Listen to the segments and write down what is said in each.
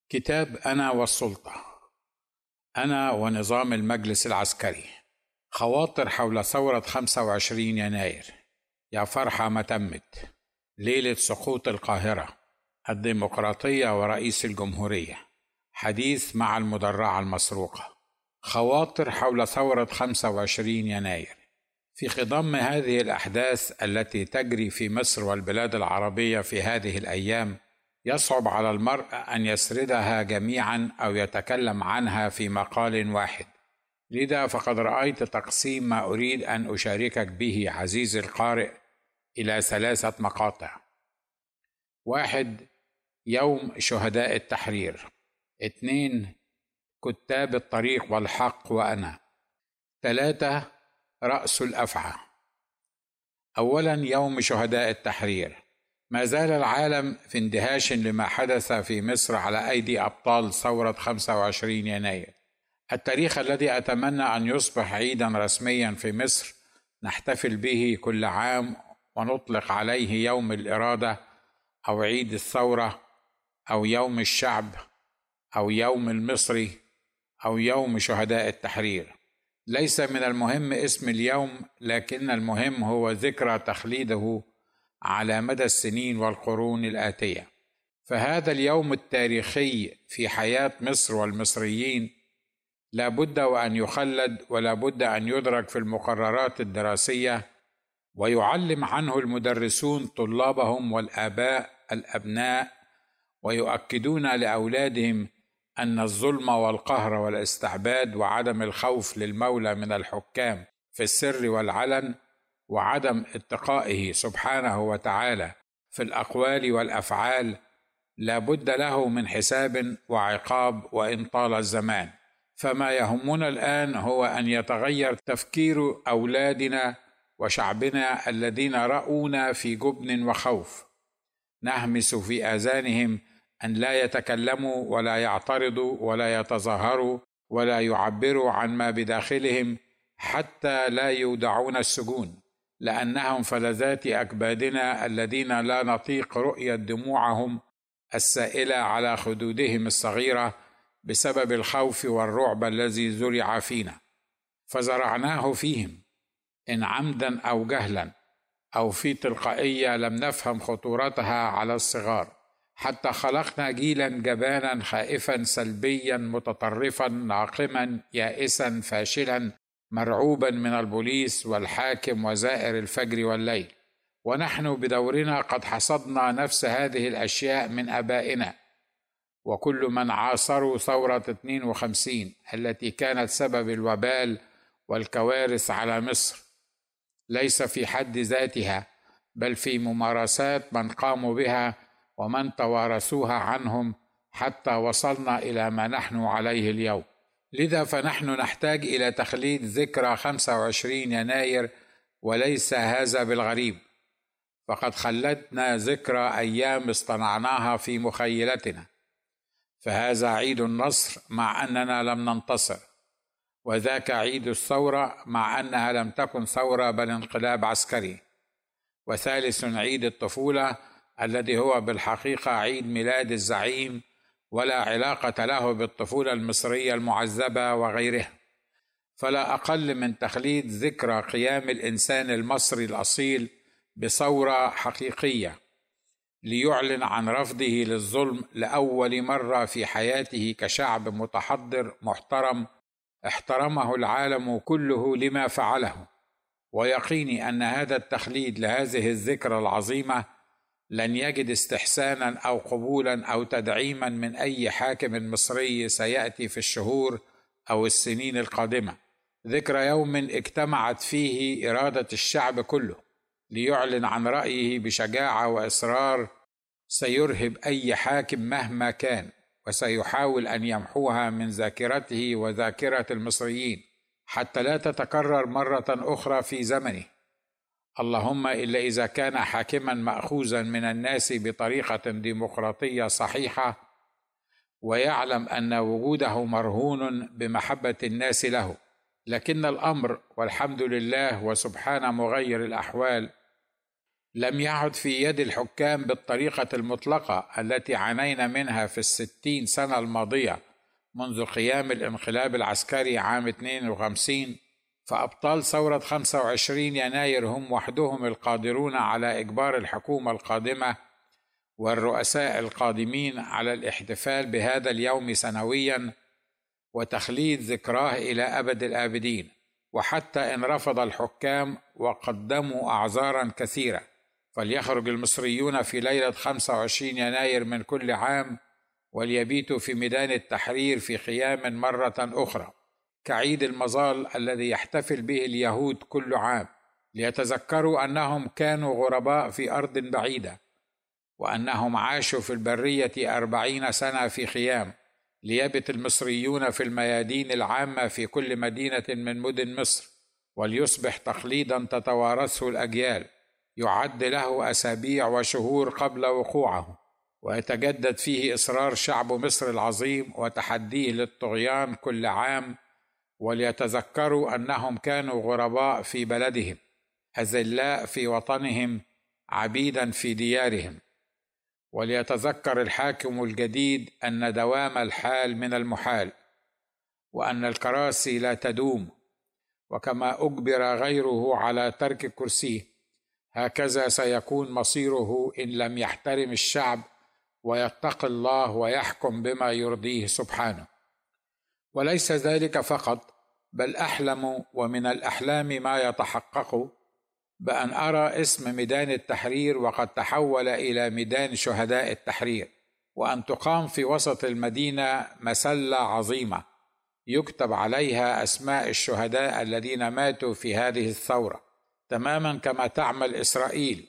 كتاب أنا والسلطة. أنا ونظام المجلس العسكري. خواطر حول ثورة 25 يناير. يا فرحة ما تمت. ليلة سقوط القاهرة. الديمقراطية ورئيس الجمهورية. حديث مع المدرعة المسروقة. خواطر حول ثورة 25 يناير. في خضم هذه الأحداث التي تجري في مصر والبلاد العربية في هذه الأيام، يصعب على المرء أن يسردها جميعا أو يتكلم عنها في مقال واحد. لذا فقد رأيت تقسيم ما أريد أن أشاركك به عزيزي القارئ إلى 3 مقاطع. 1. يوم شهداء التحرير. 2. كتاب الطريق والحق وأنا. 3. رأس الأفعى. أولا، يوم شهداء التحرير. ما زال العالم في اندهاش لما حدث في مصر على أيدي أبطال ثورة 25 يناير. التاريخ الذي أتمنى أن يصبح عيدا رسميا في مصر نحتفل به كل عام ونطلق عليه يوم الإرادة أو عيد الثورة أو يوم الشعب أو يوم المصري أو يوم شهداء التحرير. ليس من المهم اسم اليوم، لكن المهم هو ذكرى تخليده على مدى السنين والقرون الآتية. فهذا اليوم التاريخي في حياة مصر والمصريين لا بد وأن يخلد، ولا بد أن يدرك في المقررات الدراسية، ويعلم عنه المدرسون طلابهم والآباء الأبناء، ويؤكدون لأولادهم أن الظلم والقهر والاستعباد وعدم الخوف للمولى من الحكام في السر والعلن، وعدم اتقائه سبحانه وتعالى في الأقوال والأفعال لا بد له من حساب وعقاب وإن طال الزمان. فما يهمنا الآن هو أن يتغير تفكير أولادنا وشعبنا الذين رأونا في جبن وخوف. نهمس في آذانهم أن لا يتكلموا ولا يعترضوا ولا يتظاهروا ولا يعبروا عن ما بداخلهم حتى لا يودعون السجون، لأنهم فلذات أكبادنا الذين لا نطيق رؤية دموعهم السائلة على خدودهم الصغيرة بسبب الخوف والرعب الذي زرع فينا، فزرعناه فيهم إن عمدا أو جهلا أو في تلقائية لم نفهم خطورتها على الصغار، حتى خلقنا جيلا جبانا خائفا سلبيا متطرفا ناقما يائسا فاشلا مرعوبا من البوليس والحاكم وزائر الفجر والليل. ونحن بدورنا قد حصدنا نفس هذه الأشياء من آبائنا وكل من عاصروا ثورة 52 التي كانت سبب الوبال والكوارث على مصر، ليس في حد ذاتها بل في ممارسات من قاموا بها ومن توارثوها عنهم حتى وصلنا إلى ما نحن عليه اليوم. لذا فنحن نحتاج إلى تخليد ذكرى 25 يناير، وليس هذا بالغريب، فقد خلدنا ذكرى أيام اصطنعناها في مخيلتنا. فهذا عيد النصر مع أننا لم ننتصر، وذاك عيد الثورة مع أنها لم تكن ثورة بل انقلاب عسكري. وثالث عيد الطفولة الذي هو بالحقيقة عيد ميلاد الزعيم ولا علاقة له بالطفولة المصرية المعذبة وغيرها. فلا أقل من تخليد ذكرى قيام الإنسان المصري الأصيل بثورة حقيقية ليعلن عن رفضه للظلم لأول مرة في حياته كشعب متحضر محترم احترمه العالم كله لما فعله. ويقيني أن هذا التخليد لهذه الذكرى العظيمة لن يجد استحسانا أو قبولا أو تدعيما من أي حاكم مصري سيأتي في الشهور أو السنين القادمة. ذكرى يوم اجتمعت فيه إرادة الشعب كله ليعلن عن رأيه بشجاعة وإصرار سيرهب أي حاكم مهما كان، وسيحاول أن يمحوها من ذاكرته وذاكرة المصريين حتى لا تتكرر مرة أخرى في زمنه. اللهم إلا إذا كان حاكما مأخوذا من الناس بطريقة ديمقراطية صحيحة ويعلم أن وجوده مرهون بمحبة الناس له. لكن الأمر والحمد لله وسبحان مغير الأحوال لم يعد في يد الحكام بالطريقة المطلقة التي عانينا منها في 60 سنة الماضية منذ قيام الانقلاب العسكري عام 52. فأبطال ثورة 25 يناير هم وحدهم القادرون على إجبار الحكومة القادمة والرؤساء القادمين على الاحتفال بهذا اليوم سنويا وتخليد ذكراه إلى أبد الآبدين. وحتى إن رفض الحكام وقدموا أعذارا كثيرة، فليخرج المصريون في ليلة 25 يناير من كل عام وليبيتوا في ميدان التحرير في خيام مرة أخرى كعيد المظال الذي يحتفل به اليهود كل عام، ليتذكروا أنهم كانوا غرباء في أرض بعيدة، وأنهم عاشوا في البرية 40 سنة في خيام. ليبت المصريون في الميادين العامة في كل مدينة من مدن مصر، وليصبح تقليدا تتوارثه الأجيال، يعد له أسابيع وشهور قبل وقوعه، ويتجدد فيه إصرار شعب مصر العظيم وتحديه للطغيان كل عام. وليتذكروا أنهم كانوا غرباء في بلدهم، أذلاء في وطنهم، عبيدا في ديارهم. وليتذكر الحاكم الجديد أن دوام الحال من المحال، وأن الكراسي لا تدوم، وكما أجبر غيره على ترك كرسيه هكذا سيكون مصيره إن لم يحترم الشعب ويتقي الله ويحكم بما يرضيه سبحانه. وليس ذلك فقط، بل أحلم ومن الأحلام ما يتحقق بأن أرى اسم ميدان التحرير وقد تحول إلى ميدان شهداء التحرير، وأن تقام في وسط المدينة مسلة عظيمة يكتب عليها أسماء الشهداء الذين ماتوا في هذه الثورة، تماما كما تعمل إسرائيل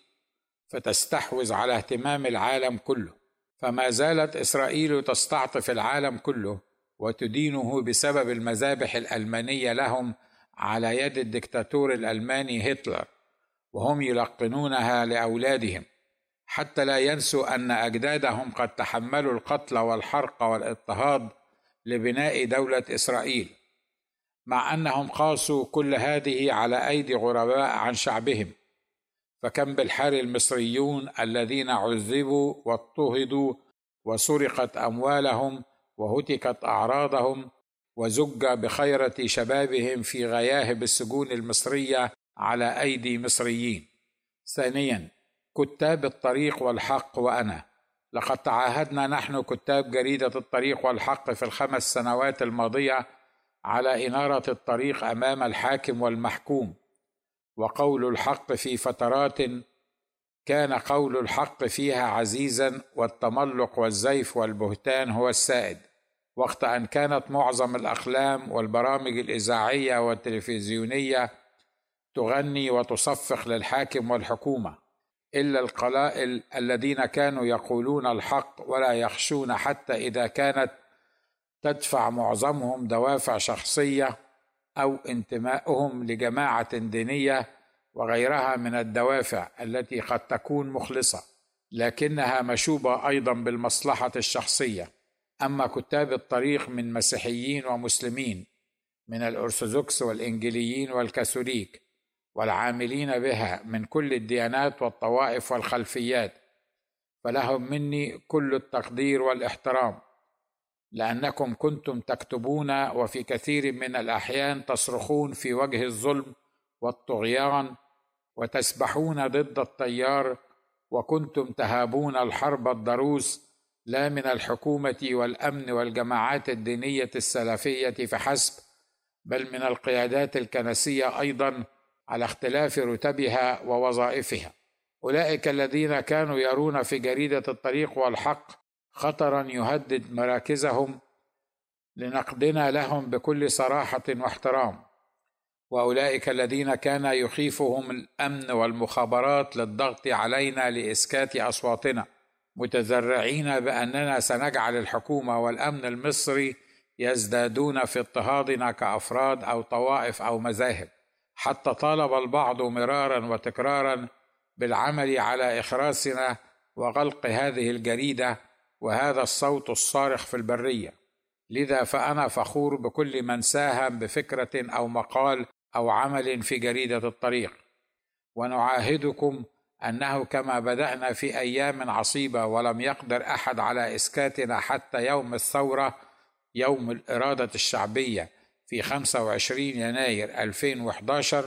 فتستحوذ على اهتمام العالم كله. فما زالت إسرائيل تستعطف العالم كله وتدينه بسبب المذابح الألمانية لهم على يد الدكتاتور الألماني هتلر، وهم يلقنونها لأولادهم حتى لا ينسوا أن أجدادهم قد تحملوا القتل والحرق والاضطهاد لبناء دولة إسرائيل، مع أنهم قاسوا كل هذه على أيدي غرباء عن شعبهم. فكم بالحار المصريون الذين عذبوا واضطهدوا وسرقت أموالهم وهتكت أعراضهم وزج بخيرة شبابهم في غياهب السجون المصرية على أيدي مصريين. ثانيا، كتاب الطريق والحق وأنا، لقد تعاهدنا نحن كتاب جريدة الطريق والحق في ال5 سنوات الماضية على إنارة الطريق أمام الحاكم والمحكوم، وقول الحق في فترات كان قول الحق فيها عزيزا والتملق والزيف والبهتان هو السائد، وقت أن كانت معظم الأقلام والبرامج الإذاعية والتلفزيونية تغني وتصفق للحاكم والحكومة، إلا القلائل الذين كانوا يقولون الحق ولا يخشون، حتى إذا كانت تدفع معظمهم دوافع شخصية أو انتمائهم لجماعة دينية وغيرها من الدوافع التي قد تكون مخلصة لكنها مشوبة أيضا بالمصلحة الشخصية. أما كتاب الطريق من مسيحيين ومسلمين، من الأرثوذكس والإنجيليين والكاثوليك والعاملين بها من كل الديانات والطوائف والخلفيات، فلهم مني كل التقدير والاحترام، لأنكم كنتم تكتبون وفي كثير من الأحيان تصرخون في وجه الظلم والطغيان وتسبحون ضد التيار، وكنتم تهابون الحرب الضروس لا من الحكومة والأمن والجماعات الدينية السلفية فحسب، بل من القيادات الكنسية أيضا على اختلاف رتبها ووظائفها. أولئك الذين كانوا يرون في جريدة الطريق والحق خطرا يهدد مراكزهم لنقدنا لهم بكل صراحة واحترام، وأولئك الذين كان يخيفهم الأمن والمخابرات للضغط علينا لإسكات أصواتنا، متذرعين بأننا سنجعل الحكومة والأمن المصري يزدادون في اضطهادنا كأفراد أو طوائف أو مذاهب، حتى طالب البعض مرارا وتكرارا بالعمل على إخراسنا وغلق هذه الجريدة وهذا الصوت الصارخ في البرية. لذا فأنا فخور بكل من ساهم بفكرة أو مقال أو عمل في جريدة الطريق، ونعاهدكم أنه كما بدأنا في أيام عصيبة ولم يقدر أحد على إسكاتنا حتى يوم الثورة، يوم الإرادة الشعبية في 25 يناير 2011،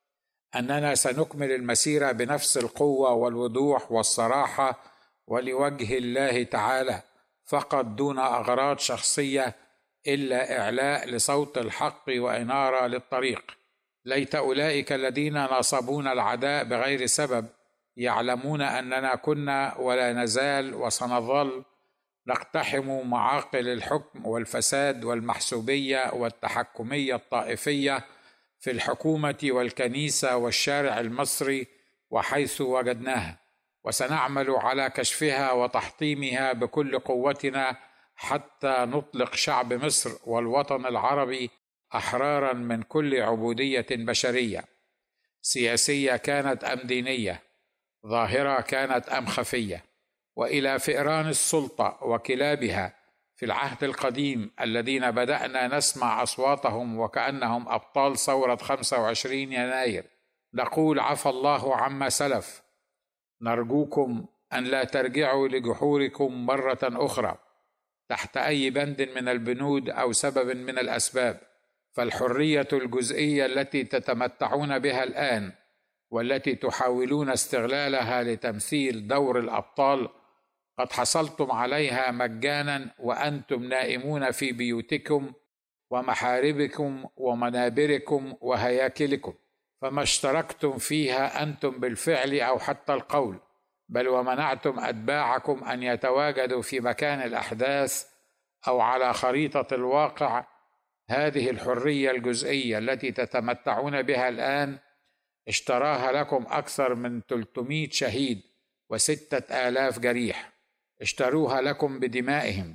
أننا سنكمل المسيرة بنفس القوة والوضوح والصراحة ولوجه الله تعالى فقط، دون أغراض شخصية، إلا إعلاء لصوت الحق وإنارة للطريق. ليت أولئك الذين ناصبون العداء بغير سبب يعلمون أننا كنا ولا نزال وسنظل نقتحم معاقل الحكم والفساد والمحسوبية والتحكمية الطائفية في الحكومة والكنيسة والشارع المصري وحيث وجدناها، وسنعمل على كشفها وتحطيمها بكل قوتنا حتى نطلق شعب مصر والوطن العربي أحرارا من كل عبودية بشرية، سياسية كانت أم دينية، ظاهرة كانت أم خفية، وإلى فئران السلطة وكلابها في العهد القديم الذين بدأنا نسمع أصواتهم وكأنهم أبطال ثورة 25 يناير نقول: عفى الله عما سلف. نرجوكم أن لا ترجعوا لجحوركم مرة أخرى تحت أي بند من البنود أو سبب من الأسباب، فالحرية الجزئية التي تتمتعون بها الآن والتي تحاولون استغلالها لتمثيل دور الأبطال قد حصلتم عليها مجانا وأنتم نائمون في بيوتكم ومحاربكم ومنابركم وهياكلكم، فما اشتركتم فيها أنتم بالفعل أو حتى القول، بل ومنعتم أتباعكم أن يتواجدوا في مكان الأحداث أو على خريطة الواقع. هذه الحرية الجزئية التي تتمتعون بها الآن اشتراها لكم أكثر من 300 شهيد و6,000 جريح، اشتروها لكم بدمائهم.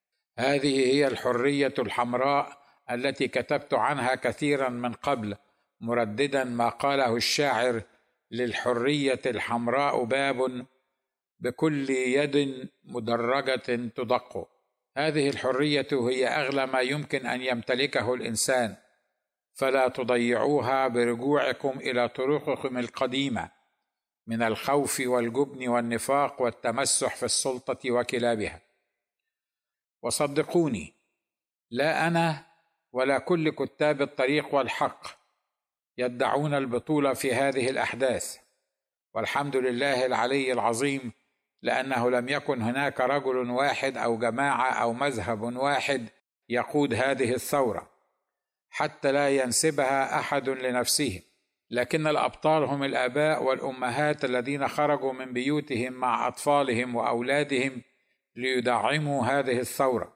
هذه هي الحرية الحمراء التي كتبت عنها كثيرا من قبل، مرددا ما قاله الشاعر: للحرية الحمراء باب بكل يد مدرجة تدق. هذه الحرية هي أغلى ما يمكن أن يمتلكه الإنسان، فلا تضيعوها برجوعكم إلى طرقكم القديمة من الخوف والجبن والنفاق والتمسح في السلطة وكلابها. وصدقوني، لا أنا ولا كل كتاب الطريق والحق يدعون البطولة في هذه الأحداث، والحمد لله العلي العظيم، لأنه لم يكن هناك رجل واحد أو جماعة أو مذهب واحد يقود هذه الثورة حتى لا ينسبها أحد لنفسه، لكن الأبطال هم الآباء والأمهات الذين خرجوا من بيوتهم مع أطفالهم وأولادهم ليدعموا هذه الثورة.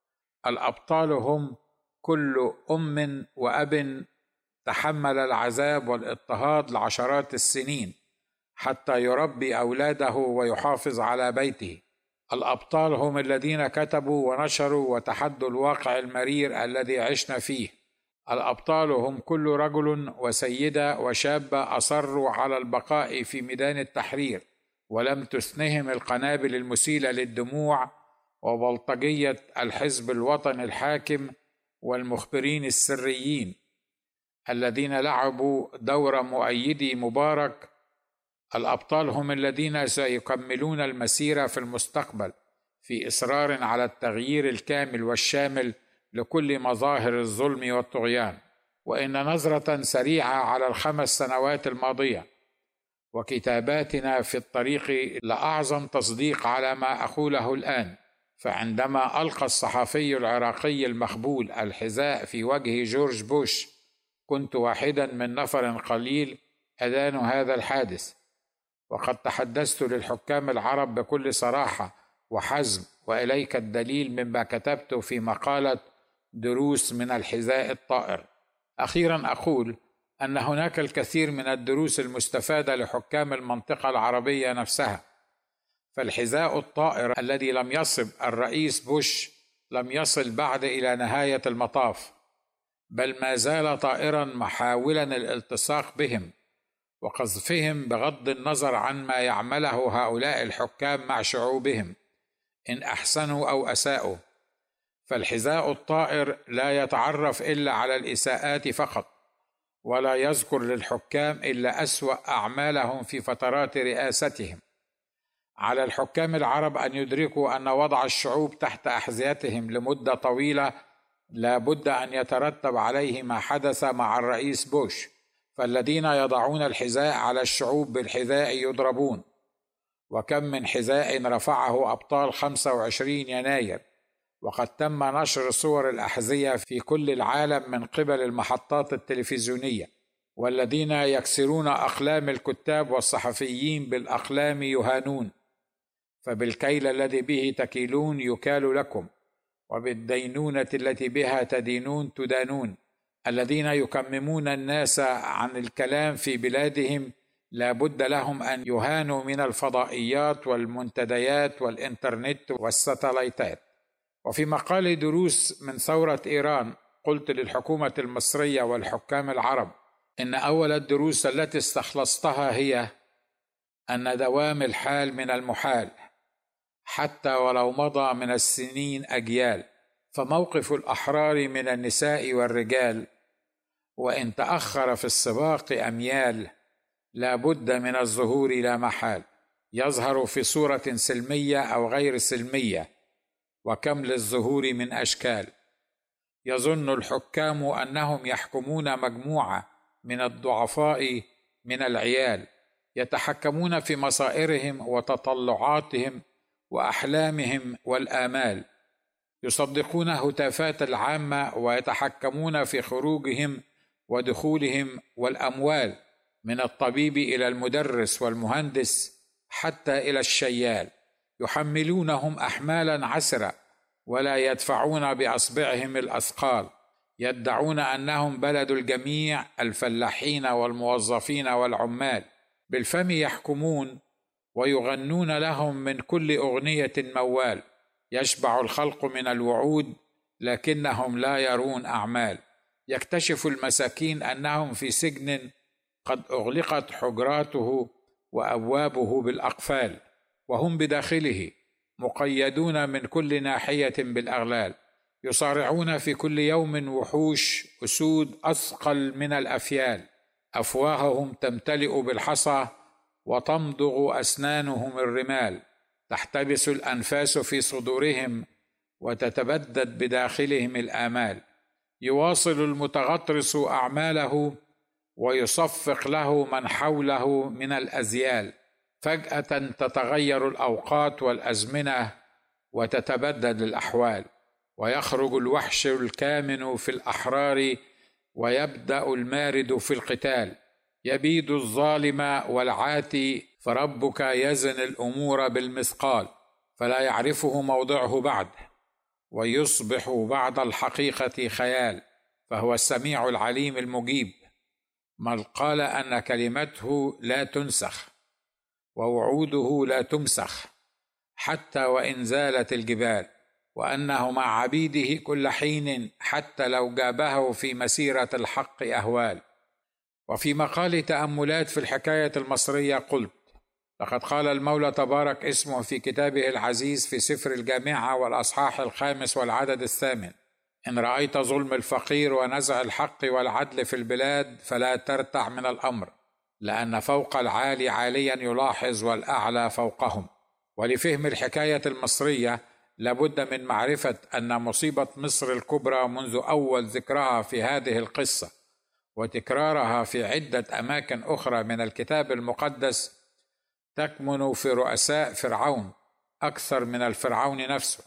الأبطال هم كل أم وأب تحمل العذاب والاضطهاد لعشرات السنين حتى يربي أولاده ويحافظ على بيته. الأبطال هم الذين كتبوا ونشروا وتحدوا الواقع المرير الذي عشنا فيه. الأبطال هم كل رجل وسيدة وشابة أصروا على البقاء في ميدان التحرير ولم تثنهم القنابل المسيلة للدموع وبلطجية الحزب الوطني الحاكم والمخبرين السريين الذين لعبوا دور مؤيدي مبارك. الأبطال هم الذين سيكملون المسيرة في المستقبل في إصرار على التغيير الكامل والشامل لكل مظاهر الظلم والطغيان. وإن نظرة سريعة على ال5 سنوات الماضية وكتاباتنا في الطريق لأعظم تصديق على ما أقوله الآن، فعندما ألقى الصحفي العراقي المخبول الحذاء في وجه جورج بوش كنت واحدا من نفر قليل أدانوا هذا الحادث، وقد تحدثت للحكام العرب بكل صراحة وحزم، وإليك الدليل مما كتبت في مقالة دروس من الحذاء الطائر. أخيرا أقول أن هناك الكثير من الدروس المستفادة لحكام المنطقة العربية نفسها، فالحذاء الطائر الذي لم يصب الرئيس بوش لم يصل بعد إلى نهاية المطاف، بل ما زال طائرا محاولا الالتصاق بهم وقذفهم بغض النظر عن ما يعمله هؤلاء الحكام مع شعوبهم إن أحسنوا أو أساءوا. فالحذاء الطائر لا يتعرف إلا على الإساءات فقط، ولا يذكر للحكام إلا أسوأ أعمالهم في فترات رئاستهم. على الحكام العرب أن يدركوا أن وضع الشعوب تحت أحذيتهم لمدة طويلة لا بد أن يترتب عليه ما حدث مع الرئيس بوش، فالذين يضعون الحذاء على الشعوب بالحذاء يضربون. وكم من حذاء رفعه أبطال 25 يناير، وقد تم نشر صور الأحذية في كل العالم من قبل المحطات التلفزيونية، والذين يكسرون أقلام الكتاب والصحفيين بالأقلام يهانون. فبالكيل الذي به تكيلون يكال لكم، وبالدينونة التي بها تدينون تدانون. الذين يكممون الناس عن الكلام في بلادهم لا بد لهم أن يهانوا من الفضائيات والمنتديات والإنترنت والستلايتات. وفي مقال دروس من ثورة إيران قلت للحكومة المصرية والحكام العرب إن أول الدروس التي استخلصتها هي أن دوام الحال من المحال حتى ولو مضى من السنين أجيال، فموقف الأحرار من النساء والرجال وإن تأخر في السباق أميال لا بد من الظهور لا محال، يظهر في صورة سلمية أو غير سلمية، وكم للظهور من أشكال. يظن الحكام أنهم يحكمون مجموعة من الضعفاء من العيال، يتحكمون في مصائرهم وتطلعاتهم وأحلامهم والآمال، يصدقون هتافات العامة ويتحكمون في خروجهم ودخولهم والأموال، من الطبيب إلى المدرس والمهندس حتى إلى الشيال، يحملونهم أحمالا عسرة ولا يدفعون بأصبعهم الأثقال، يدعون أنهم بلد الجميع الفلاحين والموظفين والعمال، بالفم يحكمون ويغنون لهم من كل أغنية موال، يشبع الخلق من الوعود لكنهم لا يرون أعمال، يكتشف المساكين أنهم في سجن قد أغلقت حجراته وأبوابه بالأقفال، وهم بداخله مقيدون من كل ناحية بالأغلال، يصارعون في كل يوم وحوش أسود أثقل من الأفيال، أفواههم تمتلئ بالحصى وتمضغ أسنانهم الرمال، تحتبس الأنفاس في صدورهم وتتبدد بداخلهم الآمال، يواصل المتغطرس أعماله ويصفق له من حوله من الأزيال، فجأة تتغير الأوقات والأزمنة وتتبدد الأحوال، ويخرج الوحش الكامن في الأحرار ويبدأ المارد في القتال، يبيد الظالم والعاتي، فربك يزن الأمور بالمثقال، فلا يعرفه موضعه بعد، ويصبح بعد الحقيقة خيال، فهو السميع العليم المجيب، من قال أن كلمته لا تنسخ ووعوده لا تمسخ حتى وإن زالت الجبال، وأنه مع عبيده كل حين حتى لو جابه في مسيرة الحق أهوال. وفي مقال تأملات في الحكاية المصرية قلت: لقد قال المولى تبارك اسمه في كتابه العزيز في سفر الجامعة والأصحاح 5 والعدد 8: إن رأيت ظلم الفقير ونزع الحق والعدل في البلاد فلا ترتع من الأمر، لأن فوق العالي عاليا يلاحظ والأعلى فوقهم. ولفهم الحكاية المصرية لابد من معرفة أن مصيبة مصر الكبرى منذ أول ذكرها في هذه القصة وتكرارها في عدة أماكن أخرى من الكتاب المقدس تكمن في رؤساء فرعون أكثر من الفرعون نفسه.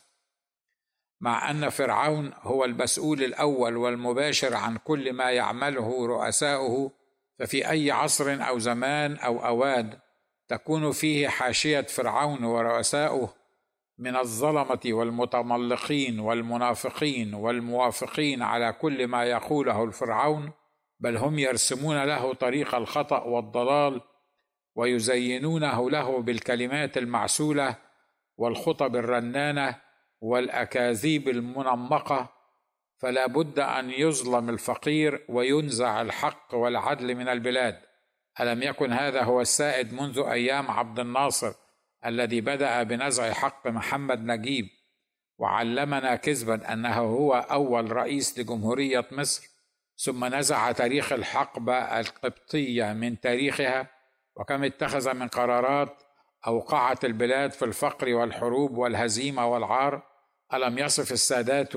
مع أن فرعون هو المسؤول الأول والمباشر عن كل ما يعمله رؤساؤه، ففي أي عصر أو زمان أو أوان تكون فيه حاشية فرعون ورؤساؤه من الظلمة والمتملقين والمنافقين والموافقين على كل ما يقوله الفرعون، بل هم يرسمون له طريق الخطأ والضلال ويزينونه له بالكلمات المعسولة والخطب الرنانة والأكاذيب المنمقة. فلا بد أن يظلم الفقير وينزع الحق والعدل من البلاد. ألم يكن هذا هو السائد منذ أيام عبد الناصر الذي بدأ بنزع حق محمد نجيب وعلمنا كذبا أنه هو أول رئيس لجمهورية مصر؟ ثم نزع تاريخ الحقبة القبطية من تاريخها، وكم اتخذ من قرارات أوقعت البلاد في الفقر والحروب والهزيمة والعار. ألم يصف السادات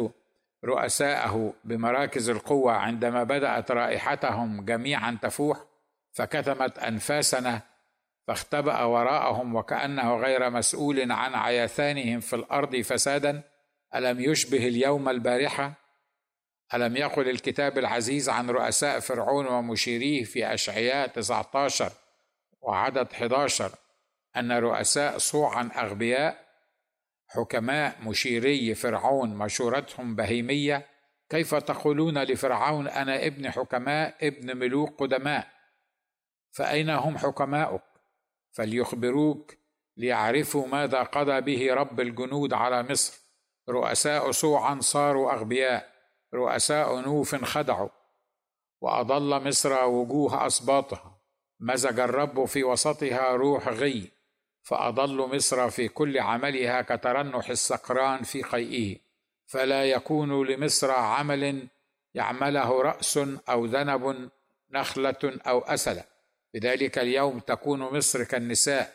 رؤساءه بمراكز القوة عندما بدأت رائحتهم جميعا تفوح، فكتمت أنفاسنا فاختبأ وراءهم وكأنه غير مسؤول عن عياثانهم في الأرض فسادا؟ ألم يشبه اليوم البارحة؟ ألم يقل الكتاب العزيز عن رؤساء فرعون ومشيريه في أشعياء 19 وعدد 11 أن رؤساء صوعا أغبياء؟ حكماء مشيري فرعون مشورتهم بهيمية. كيف تقولون لفرعون أنا ابن حكماء ابن ملوك قدماء؟ فأين هم حكماؤك؟ فليخبروك ليعرفوا ماذا قضى به رب الجنود على مصر. رؤساء صوعا صاروا أغبياء، رؤساء نوف خدعوا، وأضل مصر وجوه أسباطها. مزج الرب في وسطها روح غي، فأضل مصر في كل عملها كترنح السكران في قيئه. فلا يكون لمصر عمل يعمله رأس أو ذنب نخلة أو أسلة. بذلك اليوم تكون مصر كالنساء،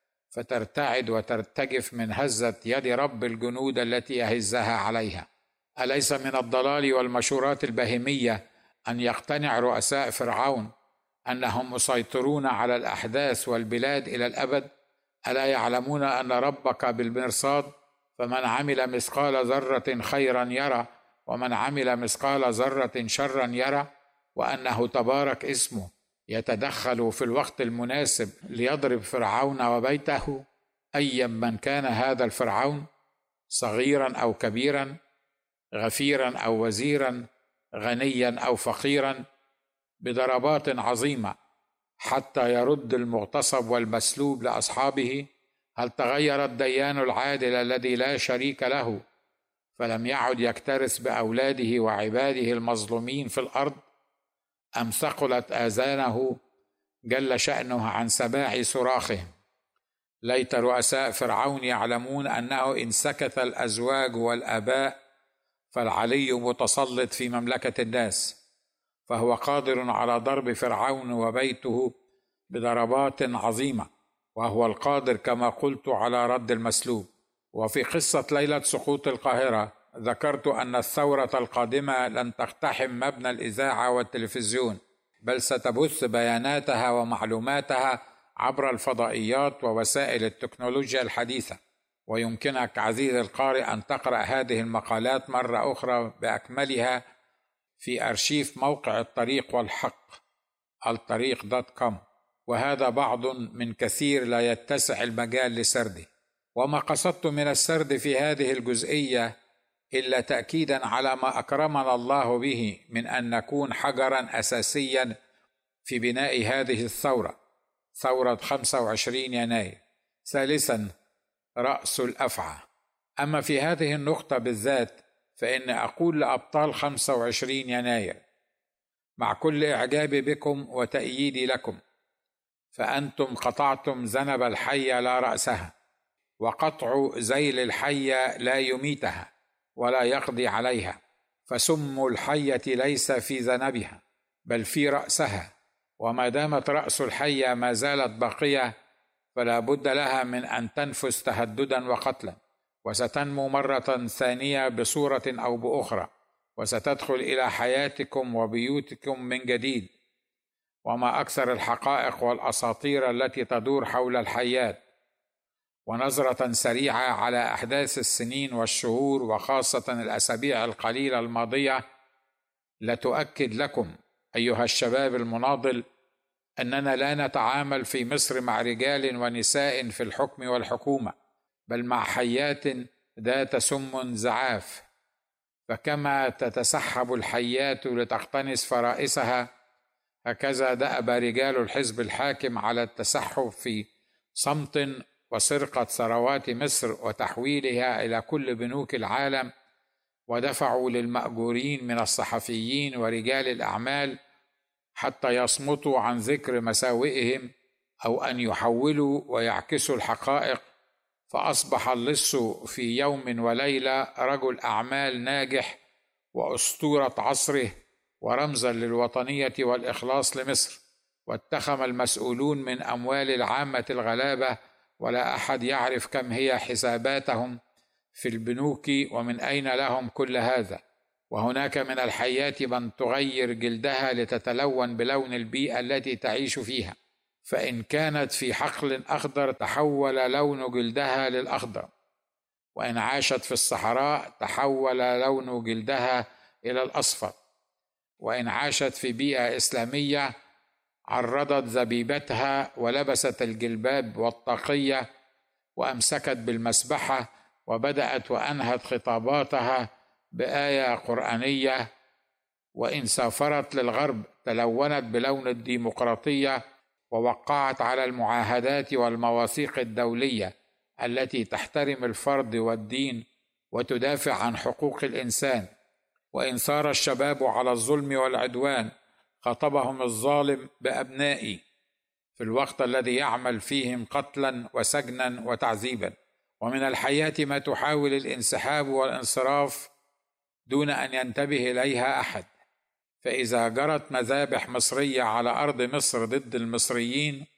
فترتعد وترتجف من هزة يد رب الجنود التي يهزها عليها. أليس من الضلال والمشورات البهيمية أن يقتنع رؤساء فرعون أنهم مسيطرون على الأحداث والبلاد إلى الأبد؟ ألا يعلمون أن ربك بالمرصاد؟ فمن عمل مثقال ذرة خيرا يرى، ومن عمل مثقال ذرة شرا يرى، وأنه تبارك اسمه يتدخل في الوقت المناسب ليضرب فرعون وبيته، أيا من كان هذا الفرعون، صغيرا أو كبيرا، غفيرا أو وزيرا، غنيا أو فقيرا، بضربات عظيمة حتى يرد المغتصب والمسلوب لأصحابه. هل تغير الديان العادل الذي لا شريك له فلم يعد يكترث بأولاده وعباده المظلومين في الأرض؟ أم ثقلت آذانه جل شأنه عن سماع صراخهم؟ ليت رؤساء فرعون يعلمون أنه إن سكت الأزواج والآباء فالعلي متسلط في مملكة الناس، فهو قادر على ضرب فرعون وبيته بضربات عظيمة، وهو القادر كما قلت على رد المسلوب. وفي قصة ليلة سقوط القاهرة ذكرت أن الثورة القادمة لن تقتحم مبنى الإذاعة والتلفزيون، بل ستبث بياناتها ومعلوماتها عبر الفضائيات ووسائل التكنولوجيا الحديثة. ويمكنك عزيزي القارئ أن تقرأ هذه المقالات مرة أخرى بأكملها في أرشيف موقع الطريق والحق الطريق.com، وهذا بعض من كثير لا يتسع المجال لسرده. وما قصدت من السرد في هذه الجزئية إلا تأكيدا على ما أكرمنا الله به من أن نكون حجرا أساسيا في بناء هذه الثورة، ثورة 25 يناير. ثالثا، رأس الأفعى. أما في هذه النقطة بالذات فإن أقول لأبطال 25 يناير مع كل إعجابي بكم وتأييدي لكم، فأنتم قطعتم ذنب الحية لا رأسها، وقطع ذيل الحية لا يميتها ولا يقضي عليها، فسم الحية ليس في ذنبها بل في رأسها، وما دامت رأس الحية ما زالت باقية فلا بد لها من أن تنفس تهددا وقتلا، وستنمو مرة ثانية بصورة أو بأخرى، وستدخل إلى حياتكم وبيوتكم من جديد. وما أكثر الحقائق والأساطير التي تدور حول الحيات. ونظرة سريعة على أحداث السنين والشهور وخاصة الأسابيع القليلة الماضية لتؤكد لكم أيها الشباب المناضل أننا لا نتعامل في مصر مع رجال ونساء في الحكم والحكومة، بل مع حيات ذات سم زعاف. فكما تتسحب الحيات لتقتنص فرائسها، هكذا دأب رجال الحزب الحاكم على التسحب في صمت وسرقة ثروات مصر وتحويلها إلى كل بنوك العالم، ودفعوا للمأجورين من الصحفيين ورجال الأعمال حتى يصمتوا عن ذكر مساوئهم أو أن يحولوا ويعكسوا الحقائق. فأصبح اللص في يوم وليلة رجل أعمال ناجح وأسطورة عصره، ورمزا للوطنية والإخلاص لمصر، واتخم المسؤولون من أموال العامة الغلابة، ولا أحد يعرف كم هي حساباتهم في البنوك ومن أين لهم كل هذا. وهناك من الحيات من تغير جلدها لتتلون بلون البيئة التي تعيش فيها، فإن كانت في حقل أخضر تحول لون جلدها للأخضر، وإن عاشت في الصحراء تحول لون جلدها إلى الأصفر، وإن عاشت في بيئة إسلامية عرضت زبيبتها ولبست الجلباب والطاقية وأمسكت بالمسبحة وبدأت وأنهت خطاباتها بآية قرآنية، وإن سافرت للغرب تلونت بلون الديمقراطية ووقعت على المعاهدات والمواثيق الدولية التي تحترم الفرد والدين وتدافع عن حقوق الإنسان. وإن سار الشباب على الظلم والعدوان خاطبهم الظالم بأبنائي في الوقت الذي يعمل فيهم قتلا وسجنا وتعذيبا. ومن الحياة ما تحاول الانسحاب والانصراف دون أن ينتبه إليها أحد، فإذا جرت مذابح مصرية على أرض مصر ضد المصريين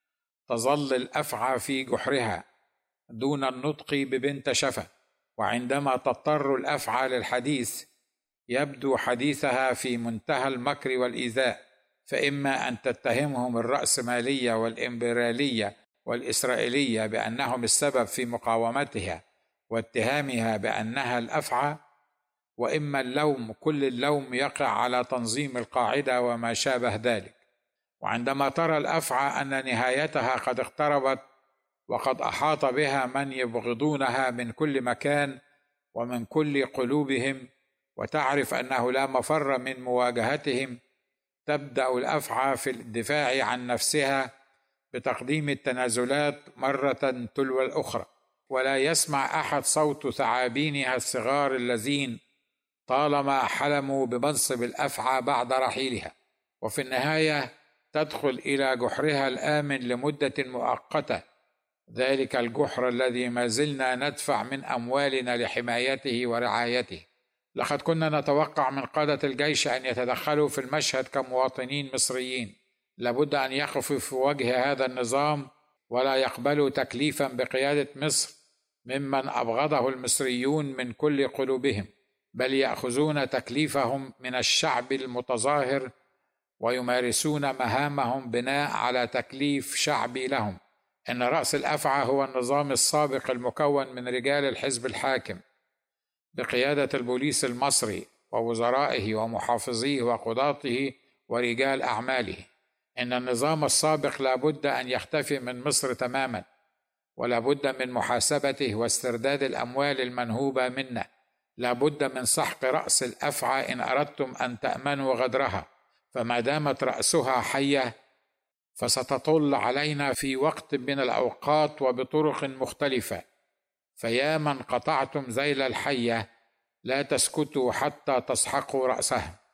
تظل الأفعى في جحرها دون النطق ببنت شفا، وعندما تضطر الأفعى للحديث يبدو حديثها في منتهى المكر والإيذاء، فإما أن تتهمهم الرأسمالية والإمبريالية والإسرائيلية بأنهم السبب في مقاومتها واتهامها بأنها الأفعى، وإما اللوم كل اللوم يقع على تنظيم القاعدة وما شابه ذلك. وعندما ترى الأفعى أن نهايتها قد اقتربت وقد أحاط بها من يبغضونها من كل مكان ومن كل قلوبهم، وتعرف أنه لا مفر من مواجهتهم، تبدأ الأفعى في الدفاع عن نفسها بتقديم التنازلات مرة تلو الأخرى، ولا يسمع أحد صوت ثعابينها الصغار الذين طالما حلموا بمنصب الأفعى بعد رحيلها. وفي النهاية تدخل إلى جحرها الآمن لمدة مؤقتة، ذلك الجحر الذي ما زلنا ندفع من أموالنا لحمايته ورعايته. لقد كنا نتوقع من قادة الجيش أن يتدخلوا في المشهد كمواطنين مصريين، لابد أن يقفوا في وجه هذا النظام ولا يقبلوا تكليفا بقيادة مصر ممن أبغضه المصريون من كل قلوبهم، بل يأخذون تكليفهم من الشعب المتظاهر ويمارسون مهامهم بناء على تكليف شعبي لهم. إن رأس الأفعى هو النظام السابق المكون من رجال الحزب الحاكم بقيادة البوليس المصري ووزرائه ومحافظيه وقضاته ورجال أعماله. إن النظام السابق لابد أن يختفي من مصر تماما، ولابد من محاسبته واسترداد الأموال المنهوبة منا. لابد من سحق رأس الأفعى إن أردتم أن تأمنوا غدرها، فما دامت رأسها حية فستطل علينا في وقت من الأوقات وبطرق مختلفة. فيا من قطعتم ذيل الحية لا تسكتوا حتى تسحقوا رأسها.